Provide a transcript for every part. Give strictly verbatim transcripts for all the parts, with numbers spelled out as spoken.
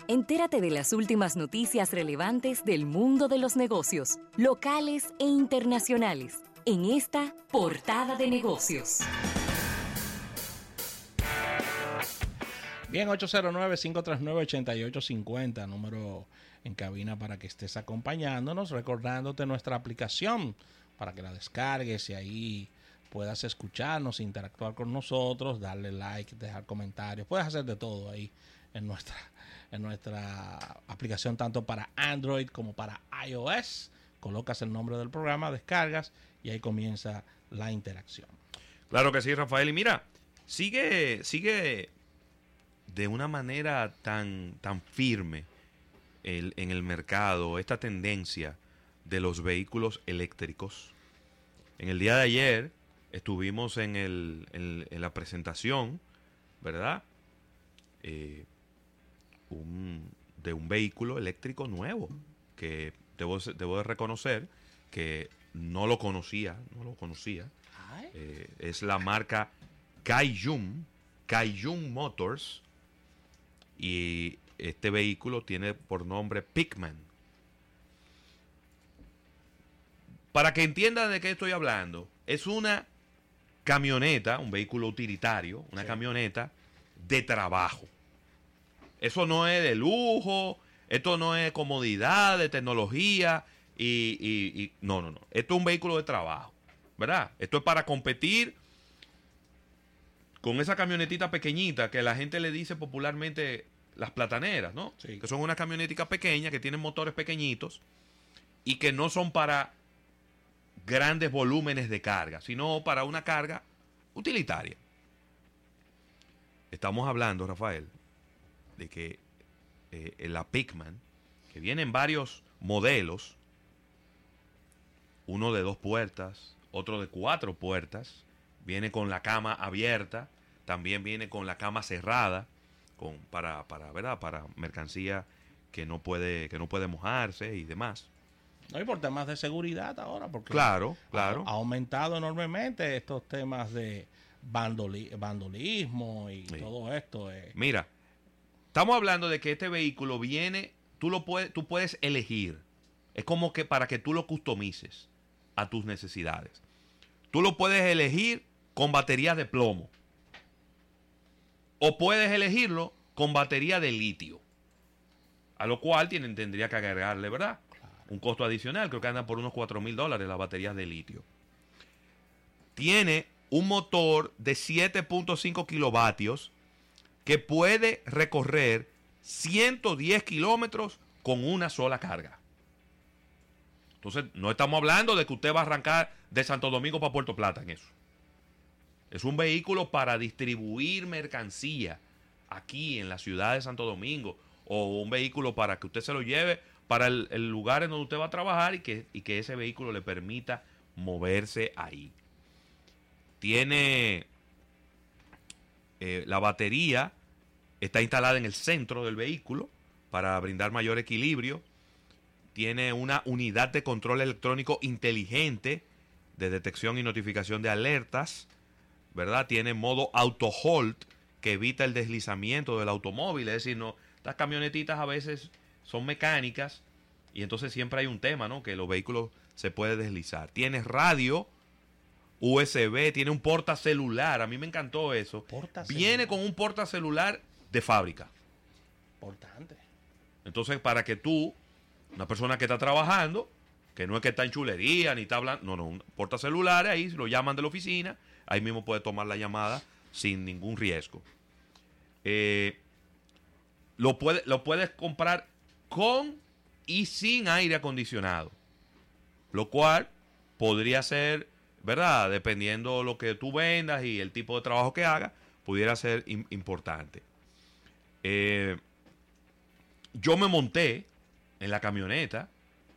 Entérate de las últimas noticias relevantes del mundo de los negocios, locales e internacionales, en esta Portada de Negocios. Bien, ocho cero nueve, cinco tres nueve, ocho ocho cinco cero, número en cabina para que estés acompañándonos, recordándote nuestra aplicación para que la descargues y ahí puedas escucharnos, interactuar con nosotros, darle like, dejar comentarios, puedes hacer de todo ahí en nuestra, en nuestra aplicación, tanto para Android como para iOS. Colocas el nombre del programa, descargas y ahí comienza la interacción. Claro que sí, Rafael. Y mira, sigue, sigue de una manera tan, tan firme el, en el mercado esta tendencia de los vehículos eléctricos. En el día de ayer estuvimos en, el, en, en la presentación, ¿verdad? Eh, un, de un vehículo eléctrico nuevo que debo, debo de reconocer que no lo conocía, no lo conocía. Eh, es la marca Kaijun, Kaijun Motors, y este vehículo tiene por nombre Pickman. Para que entiendan de qué estoy hablando, es una camioneta, un vehículo utilitario, una sí. camioneta de trabajo. Eso no es de lujo, esto no es comodidad, de tecnología, y, y, y no, no, no. Esto es un vehículo de trabajo, ¿verdad? Esto es para competir con esa camionetita pequeñita que la gente le dice popularmente las plataneras, ¿no? Sí. Que son unas camioneticas pequeñas que tienen motores pequeñitos y que no son para grandes volúmenes de carga, sino para una carga utilitaria. Estamos hablando, Rafael, de que eh, la Pickman, que viene en varios modelos, uno de dos puertas, otro de cuatro puertas, viene con la cama abierta, también viene con la cama cerrada, con, para, para, ¿verdad? Para mercancía que no puede, que no puede mojarse y demás. No, y por temas de seguridad ahora, porque claro, claro. Ha, ha aumentado enormemente estos temas de vandoli, vandolismo y sí. todo esto. Eh. Mira, estamos hablando de que este vehículo viene, tú lo puedes, tú puedes elegir. Es como que para que tú lo customices a tus necesidades. Tú lo puedes elegir con batería de plomo. O puedes elegirlo con batería de litio. A lo cual tienen, tendría que agregarle, ¿verdad? Un costo adicional, creo que andan por unos cuatro mil dólares las baterías de litio. Tiene un motor de siete punto cinco kilovatios que puede recorrer ciento diez kilómetros con una sola carga. Entonces, no estamos hablando de que usted va a arrancar de Santo Domingo para Puerto Plata en eso. Es un vehículo para distribuir mercancía aquí en la ciudad de Santo Domingo, o un vehículo para que usted se lo lleve para el, el lugar en donde usted va a trabajar y que, y que ese vehículo le permita moverse ahí. Tiene eh, la batería, está instalada en el centro del vehículo para brindar mayor equilibrio. Tiene una unidad de control electrónico inteligente de detección y notificación de alertas, ¿verdad? Tiene modo auto hold que evita el deslizamiento del automóvil. Es decir, no, estas camionetitas a veces son mecánicas y entonces siempre hay un tema, ¿no? Que los vehículos se pueden deslizar. Tiene radio U S B, tiene un portacelular. A mí me encantó eso. Viene con un portacelular de fábrica. Importante. Entonces, para que tú, una persona que está trabajando, que no es que está en chulería ni está hablando, no, no, un portacelular, ahí lo llaman de la oficina, ahí mismo puede tomar la llamada sin ningún riesgo. Eh, lo, puede, lo puedes comprar con y sin aire acondicionado, lo cual podría ser, ¿verdad? Dependiendo lo que tú vendas y el tipo de trabajo que hagas, pudiera ser im- importante. Eh, yo me monté en la camioneta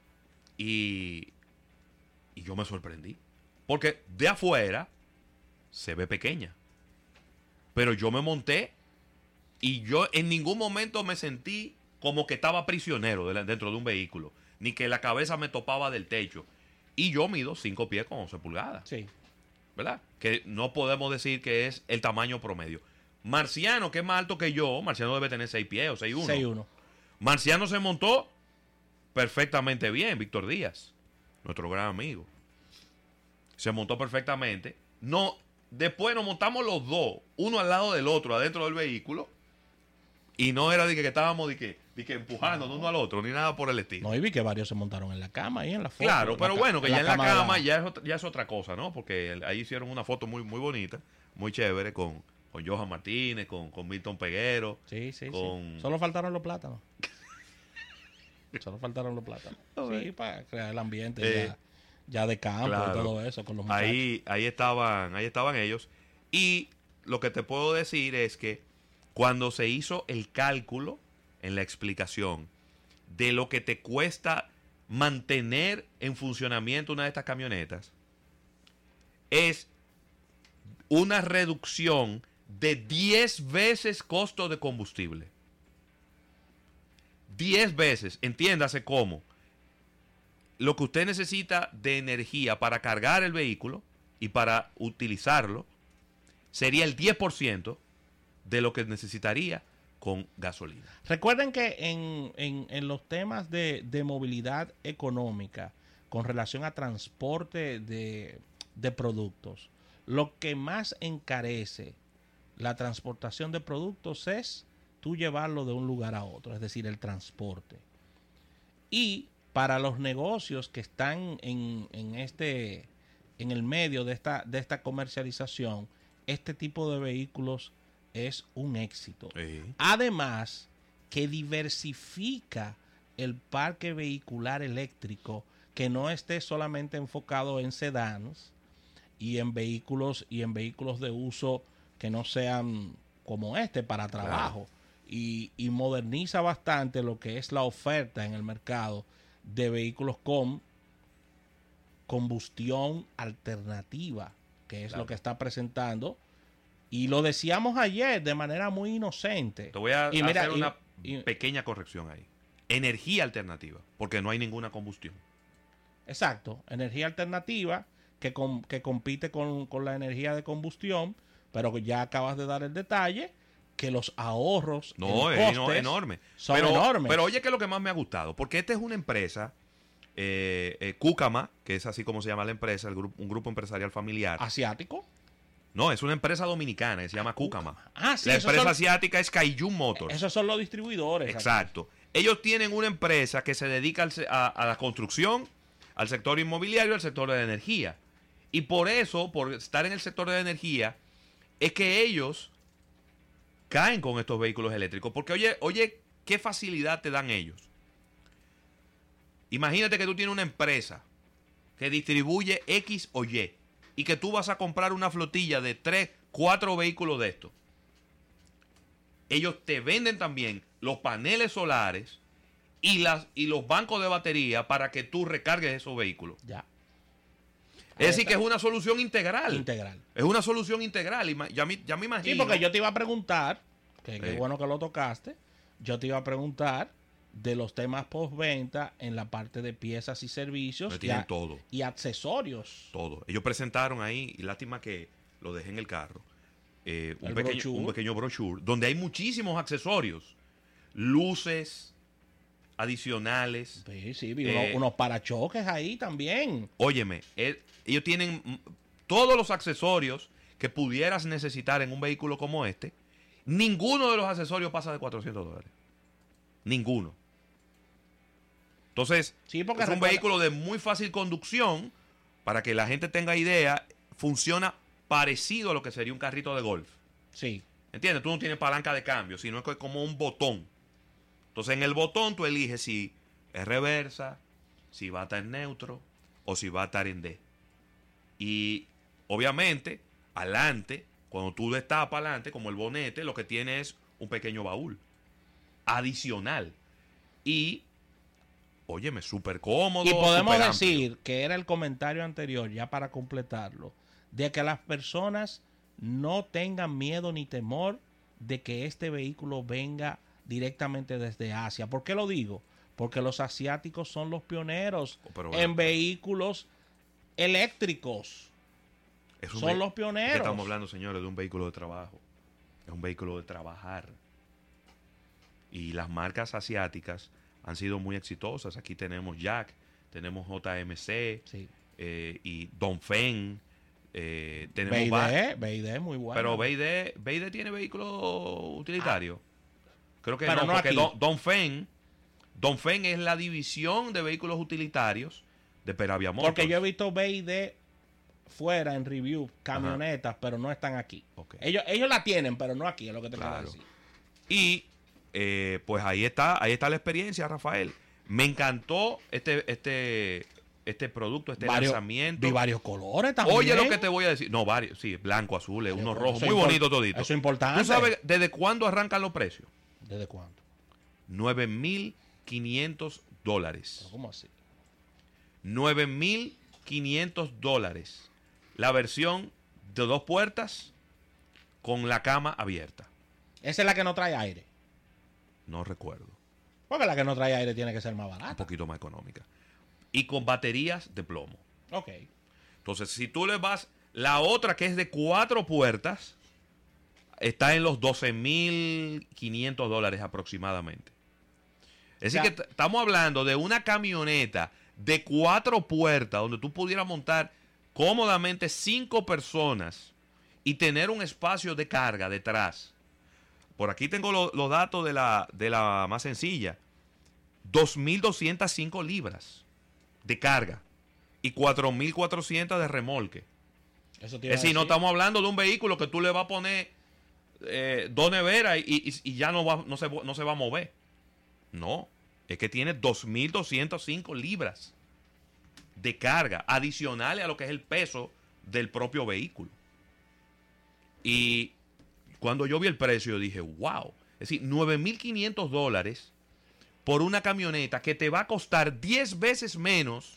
y, y yo me sorprendí. Porque de afuera se ve pequeña. Pero yo me monté y yo en ningún momento me sentí como que estaba prisionero de la, dentro de un vehículo. Ni que la cabeza me topaba del techo. Y yo mido cinco pies con once pulgadas. Sí. ¿Verdad? Que no podemos decir que es el tamaño promedio. Marciano, que es más alto que yo, Marciano debe tener seis pies o seis uno. seis uno. Marciano se montó perfectamente bien, Víctor Díaz, nuestro gran amigo. Se montó perfectamente. No, después nos montamos los dos, uno al lado del otro, adentro del vehículo. Y no era de que, que estábamos de que, de que empujando no. uno al otro, ni nada por el estilo. No, y vi que varios se montaron en la cama ahí en la foto. Claro, pero la, bueno, que ya en la cama, la... ya, es otra, ya es otra cosa, ¿no? Porque ahí hicieron una foto muy, muy bonita, muy chévere, con, con Johan Martínez, con, con Milton Peguero. Sí, sí, con... sí. Solo faltaron los plátanos. Solo faltaron los plátanos. Sí, para crear el ambiente eh, ya, ya de campo claro. y todo eso con los muchachos. Ahí, ahí estaban, ahí estaban ellos. Y lo que te puedo decir es que cuando se hizo el cálculo en la explicación de lo que te cuesta mantener en funcionamiento una de estas camionetas, es una reducción de diez veces costo de combustible. diez veces, entiéndase cómo. Lo que usted necesita de energía para cargar el vehículo y para utilizarlo sería el diez por ciento de lo que necesitaría con gasolina. Recuerden que en, en, en los temas de, de movilidad económica con relación a transporte de, de productos, lo que más encarece la transportación de productos es tú llevarlo de un lugar a otro, es decir, el transporte. Y para los negocios que están en, en, este, en el medio de esta, de esta comercialización, este tipo de vehículos es un éxito. Sí. Además, que diversifica el parque vehicular eléctrico, que no esté solamente enfocado en sedans y en vehículos y en vehículos de uso que no sean como este para trabajo. Claro. Y, y moderniza bastante lo que es la oferta en el mercado de vehículos con combustión alternativa, que es claro. lo que está presentando. Y lo decíamos ayer de manera muy inocente. Te voy a y hacer mira, una y, pequeña corrección ahí. Energía alternativa, porque no hay ninguna combustión. Exacto, energía alternativa que, com, que compite con, con la energía de combustión, pero ya acabas de dar el detalle que los ahorros no, en es costes enorme. son pero, enormes. Pero oye, que es lo que más me ha gustado, porque esta es una empresa, eh, eh, Cucama, que es así como se llama la empresa, el grupo, un grupo empresarial familiar. ¿Asiático? No, es una empresa dominicana que se llama Cucama. Ah, sí, la empresa son, asiática es Kaijun Motors. Esos son los distribuidores. Exacto. Aquí. Ellos tienen una empresa que se dedica al, a, a la construcción, al sector inmobiliario, al sector de energía. Y por eso, por estar en el sector de energía, es que ellos caen con estos vehículos eléctricos. Porque oye, oye, qué facilidad te dan ellos. Imagínate que tú tienes una empresa que distribuye X o Y y que tú vas a comprar una flotilla de tres, cuatro vehículos de estos. Ellos te venden también los paneles solares y, las, y los bancos de batería para que tú recargues esos vehículos. Ya. Es decir, que es una solución integral. Integral. Es una solución integral. Y ya, ya me imagino. Sí, porque yo te iba a preguntar, que qué sí. bueno que lo tocaste, yo te iba a preguntar de los temas postventa en la parte de piezas y servicios y, a, todo. y accesorios. Todo. Ellos presentaron ahí, y lástima que lo dejé en el carro, eh, un, pequeño, un pequeño brochure donde hay muchísimos accesorios, luces adicionales. Sí, sí, vi eh, unos, unos parachoques ahí también. Óyeme, eh, ellos tienen todos los accesorios que pudieras necesitar en un vehículo como este. Ninguno de los accesorios pasa de cuatrocientos dólares. Ninguno. Entonces, sí, porque es un recuerda... vehículo de muy fácil conducción. Para que la gente tenga idea, funciona parecido a lo que sería un carrito de golf. Sí. ¿Entiendes? Tú no tienes palanca de cambio, sino que es como un botón. Entonces, en el botón tú eliges si es reversa, si va a estar en neutro o si va a estar en D. Y, obviamente, adelante, cuando tú destapas adelante, como el bonete, lo que tiene es un pequeño baúl adicional. Y óyeme, súper cómodo. Y podemos decir que era el comentario anterior, ya para completarlo, de que las personas no tengan miedo ni temor de que este vehículo venga directamente desde Asia. ¿Por qué lo digo? Porque los asiáticos son los pioneros oh, bueno, en vehículos eléctricos. Es un son los pioneros. Estamos hablando, señores, de un vehículo de trabajo. Es un vehículo de trabajar. Y las marcas asiáticas han sido muy exitosas. Aquí tenemos Jack, tenemos J M C Sí. eh, y Dongfeng. Eh, tenemos B va- I D, B I D es muy bueno. Pero B I D, B I D tiene vehículos utilitarios. Creo que Pero no, no porque aquí. Don- Dongfeng, Dongfeng es la división de vehículos utilitarios de Peravia Motors. Porque yo he visto B I D fuera en review, camionetas, pero no están aquí. Ok. Ellos, ellos la tienen, pero no aquí, es lo que te Claro. quiero decir. Y eh, pues ahí está, ahí está la experiencia, Rafael. Me encantó este, este, este producto, este Varios- lanzamiento. Vi varios colores también. Oye lo que te voy a decir. No, varios, sí, blanco, azul, Sí, uno pero rojo, eso muy es impor- bonito todito. Eso es importante. ¿Tú sabes desde cuándo arrancan los precios? ¿Desde cuándo? nueve mil quinientos dólares. ¿Pero cómo así? nueve mil quinientos dólares. La versión de dos puertas con la cama abierta. Esa es la que no trae aire. No recuerdo. Porque la que no trae aire tiene que ser más Un barata. poquito más económica. Y con baterías de plomo. Ok. Entonces, si tú le vas, la otra que es de cuatro puertas, está en los doce mil quinientos dólares aproximadamente. Es decir, O sea, que t- estamos hablando de una camioneta de cuatro puertas donde tú pudieras montar cómodamente cinco personas y tener un espacio de carga detrás. Por aquí tengo lo- los datos de la, de la más sencilla. dos mil doscientas cinco libras de carga y cuatro mil cuatrocientas de remolque. Eso te iba Es a decir, no decir. estamos hablando de un vehículo que tú le vas a poner eh, dos neveras y, y- y ya no, va, no, se, no se va a mover. No, es que tiene dos mil doscientas cinco libras de carga adicionales a lo que es el peso del propio vehículo. Y cuando yo vi el precio, yo dije, wow. Es decir, nueve mil quinientos dólares por una camioneta que te va a costar diez veces menos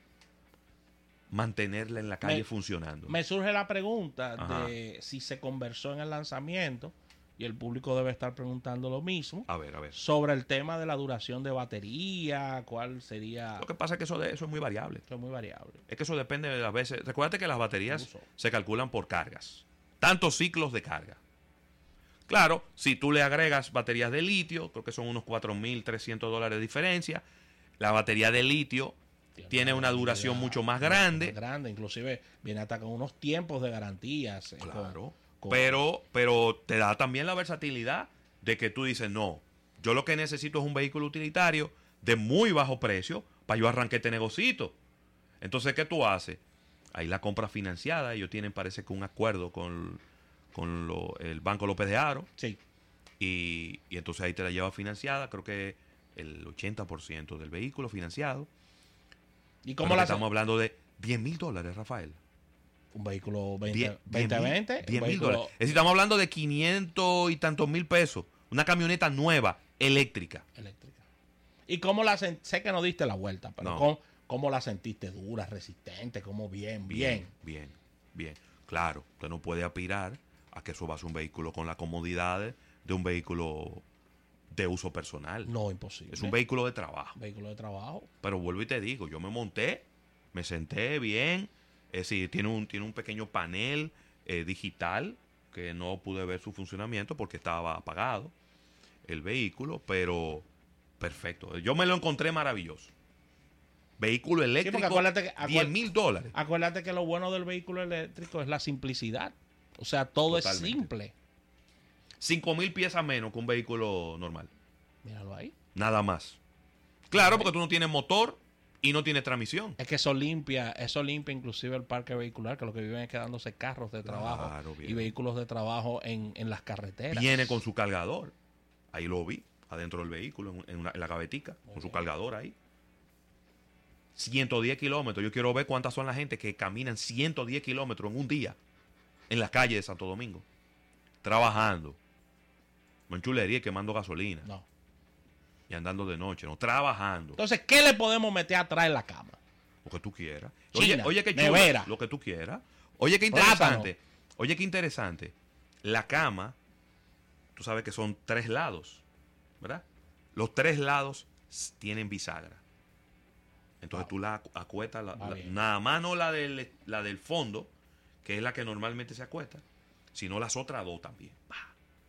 mantenerla en la calle Me- funcionando. Me surge la pregunta Ajá. de si se conversó en el lanzamiento, y el público debe estar preguntando lo mismo, A ver, a ver. sobre el tema de la duración de batería, cuál sería... Lo que pasa es que eso, de, eso es muy variable. Eso es muy variable. Es que eso depende de las veces. Recuerda que las baterías Uso. se calculan por cargas. Tantos ciclos de carga. Claro, si tú le agregas baterías de litio, creo que son unos cuatro mil trescientos dólares de diferencia. La batería de litio tiene una duración mucho más grande. Más grande, inclusive viene hasta con unos tiempos de garantías. eh, con- Claro. con- Pero, pero te da también la versatilidad de que tú dices, no, yo lo que necesito es un vehículo utilitario de muy bajo precio para yo arranque este negocito. Entonces, ¿qué tú haces? Ahí la compra financiada, ellos tienen, parece que un acuerdo con, con lo- el Banco López de Haro, Sí. y, y entonces ahí te la lleva financiada, creo que el ochenta por ciento del vehículo financiado. ¿Y Como cómo la estamos hablando de diez mil dólares, Rafael. Un vehículo diez veinte veinte. diez mil dólares. Es decir, estamos hablando de quinientos y tantos mil pesos. Una camioneta nueva, eléctrica. eléctrica. ¿Y cómo la sen- sé que no diste la vuelta, pero No. ¿cómo, cómo la sentiste? Dura, resistente, como bien, bien. Bien, bien, bien. Claro, usted no puede aspirar a que eso va a ser un vehículo con las comodidades de un vehículo de uso personal. No, imposible. Es un vehículo de trabajo. vehículo de trabajo. Pero vuelvo y te digo, yo me monté, me senté bien. Es decir, tiene un, tiene un pequeño panel eh, digital que no pude ver su funcionamiento porque estaba apagado el vehículo, pero perfecto. Yo me lo encontré maravilloso. Vehículo eléctrico, acuérdate que- acuérdate- diez mil dólares. Acuérdate que lo bueno del vehículo eléctrico es la simplicidad. O sea, todo Totalmente. es simple. cinco mil piezas menos que un vehículo normal. Míralo ahí. Nada más. Claro, porque tú no tienes motor y no tienes transmisión. Es que eso limpia, eso limpia inclusive el parque vehicular, que lo que viven es quedándose carros de trabajo Claro, bien. y vehículos de trabajo en, en las carreteras. Viene con su cargador. Ahí lo vi, adentro del vehículo, en, en una- en la gavetica, Muy con su bien. cargador ahí. ciento diez kilómetros. Yo quiero ver cuántas son la gente que caminan ciento diez kilómetros en un día en las calles de Santo Domingo. Trabajando. No en chulería y quemando gasolina. No. Y andando de noche, no. Trabajando. Entonces, ¿qué le podemos meter atrás en la cama? Lo que tú quieras. China, Oye, oye, qué chulo. nevera. Lo que tú quieras. Oye, qué Plátano. interesante. Oye, qué interesante. La cama, tú sabes que son tres lados, ¿verdad? Los tres lados s- tienen bisagra. Entonces Wow. tú la acu- acuestas, la- Va la- bien. nada más no la del, la del fondo, que es la que normalmente se acuesta, sino las otras dos también. Pa.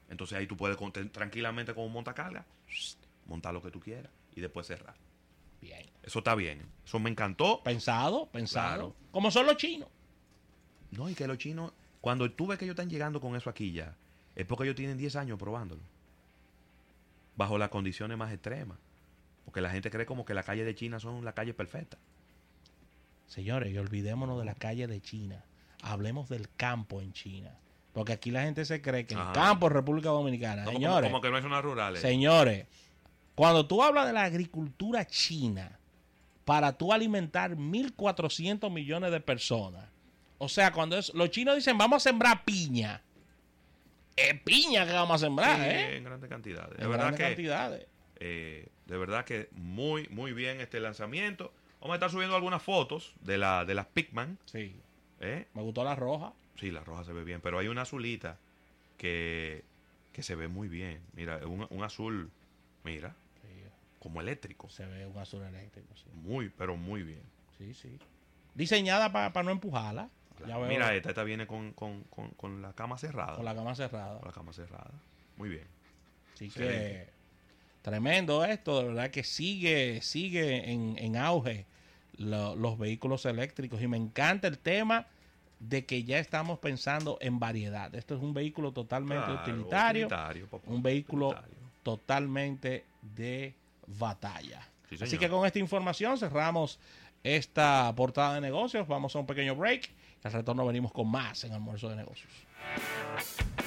Entonces ahí tú puedes con- tranquilamente con un montacarga montar lo que tú quieras y después cerrar. Bien. Eso está bien. Eso me encantó. Pensado, pensado. Claro. Como son los chinos. No, y que los chinos, cuando tú ves que ellos están llegando con eso aquí ya, es porque ellos tienen diez años probándolo. Bajo las condiciones más extremas. Porque la gente cree como que las calles de China son las calles perfectas. Señores, y olvidémonos de la calle de China. Hablemos del campo en China. Porque aquí la gente se cree que el Ajá. campo es República Dominicana. Como, Señores, como, como que no hay zonas rurales. señores, cuando tú hablas de la agricultura china, para tú alimentar mil cuatrocientos millones de personas, o sea, cuando es, los chinos dicen vamos a sembrar piña, es piña que vamos a sembrar, Sí, ¿eh? en grandes cantidades. De En verdad grandes que, cantidades. eh, de verdad que muy, muy bien este lanzamiento. Vamos a estar subiendo algunas fotos de, la, de las Pikman. Sí, ¿eh? me gustó la roja. Sí, la roja se ve bien, pero hay una azulita que, que se ve muy bien. Mira, un, un azul, mira, Sí, como eléctrico. se ve un azul eléctrico, sí. Muy, pero muy bien. Sí, sí. Diseñada para no empujarla. Ya veo, Mira, esta, esta viene con, con, con, con la cama cerrada. con la cama cerrada. Con la cama cerrada. Muy bien. Así Excelente. que tremendo esto, de verdad que sigue, sigue en, en auge lo- los vehículos eléctricos y me encanta el tema de que ya estamos pensando en variedad. Esto es un vehículo totalmente Claro, utilitario, utilitario, papá, un vehículo utilitario. totalmente de batalla. Sí, Así señor. que con esta información cerramos esta portada de negocios. Vamos a un pequeño break. Al retorno venimos con más en Almuerzo de Negocios.